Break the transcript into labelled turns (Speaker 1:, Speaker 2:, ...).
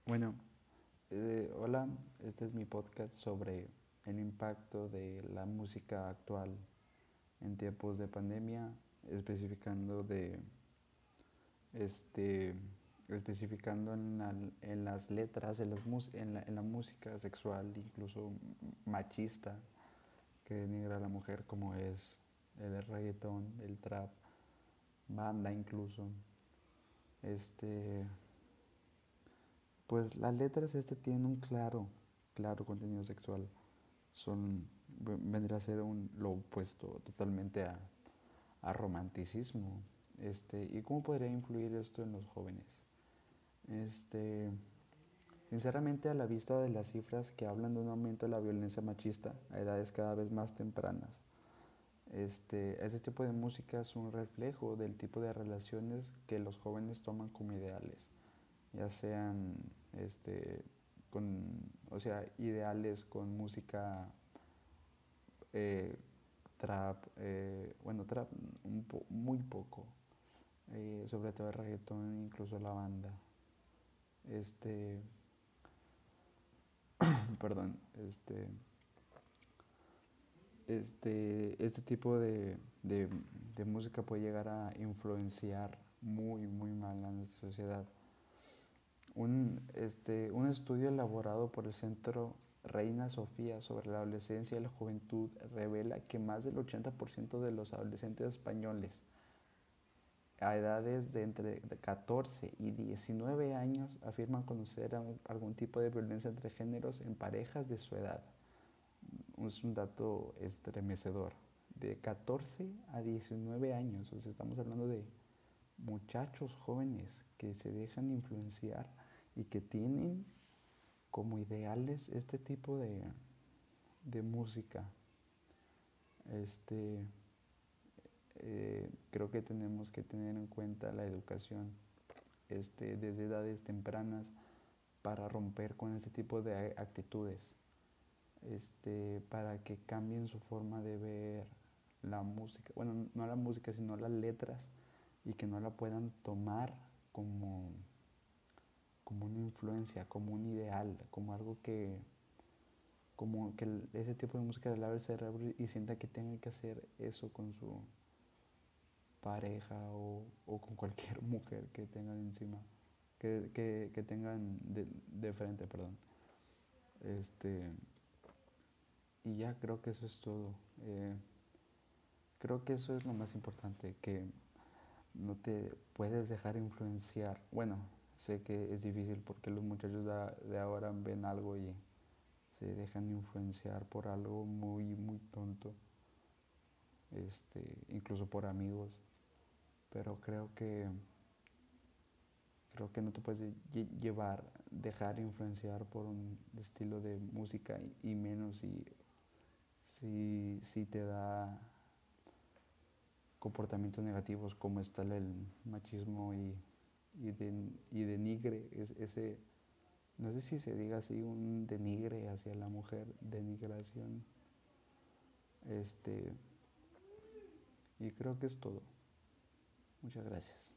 Speaker 1: Bueno, hola, este es mi podcast sobre el impacto de la música actual en tiempos de pandemia, especificando de este especificando en las letras, en la música sexual, incluso machista, que denigra a la mujer como es el reggaetón, el trap, banda incluso. Este, pues las letras tienen un claro contenido sexual. Vendría a ser lo opuesto totalmente a romanticismo. ¿Y cómo podría influir esto en los jóvenes? Este, Sinceramente, a la vista de las cifras que hablan de un aumento de la violencia machista a edades cada vez más tempranas, ese tipo de música es un reflejo del tipo de relaciones que los jóvenes toman como ideales, ya sean este, con, o sea, ideales con música eh, trap, bueno, trap muy poco, sobre todo el reggaetón, incluso la banda. Este, perdón, este tipo de música puede llegar a influenciar muy mal a nuestra sociedad. Un estudio elaborado por el Centro Reina Sofía sobre la adolescencia y la juventud revela que más del 80% de los adolescentes españoles a edades de entre 14 y 19 años afirman conocer algún tipo de violencia entre géneros en parejas de su edad. Es un dato estremecedor. De 14 a 19 años, o sea, estamos hablando de muchachos jóvenes que se dejan influenciar y que tienen como ideales este tipo de música. Este, Creo que tenemos que tener en cuenta la educación desde edades tempranas para romper con este tipo de actitudes, para que cambien su forma de ver la música, bueno, no la música, sino las letras, y que no la puedan tomar como, como una influencia, como un ideal, como algo como que ese tipo de música le lave el cerebro y sienta que tenga que hacer eso con su pareja o con cualquier mujer que tengan encima, que tengan de frente, perdón. Este, y ya creo que eso es todo. Creo que eso es lo más importante, que no te puedes dejar influenciar. Bueno, sé que es difícil porque los muchachos de ahora ven algo y se dejan influenciar por algo muy tonto, incluso por amigos, pero creo que no te puedes dejar influenciar por un estilo de música y menos si te da comportamientos negativos como está el machismo y denigre, no sé si se diga así, un denigre hacia la mujer, denigración, este, y creo que es todo. Muchas gracias.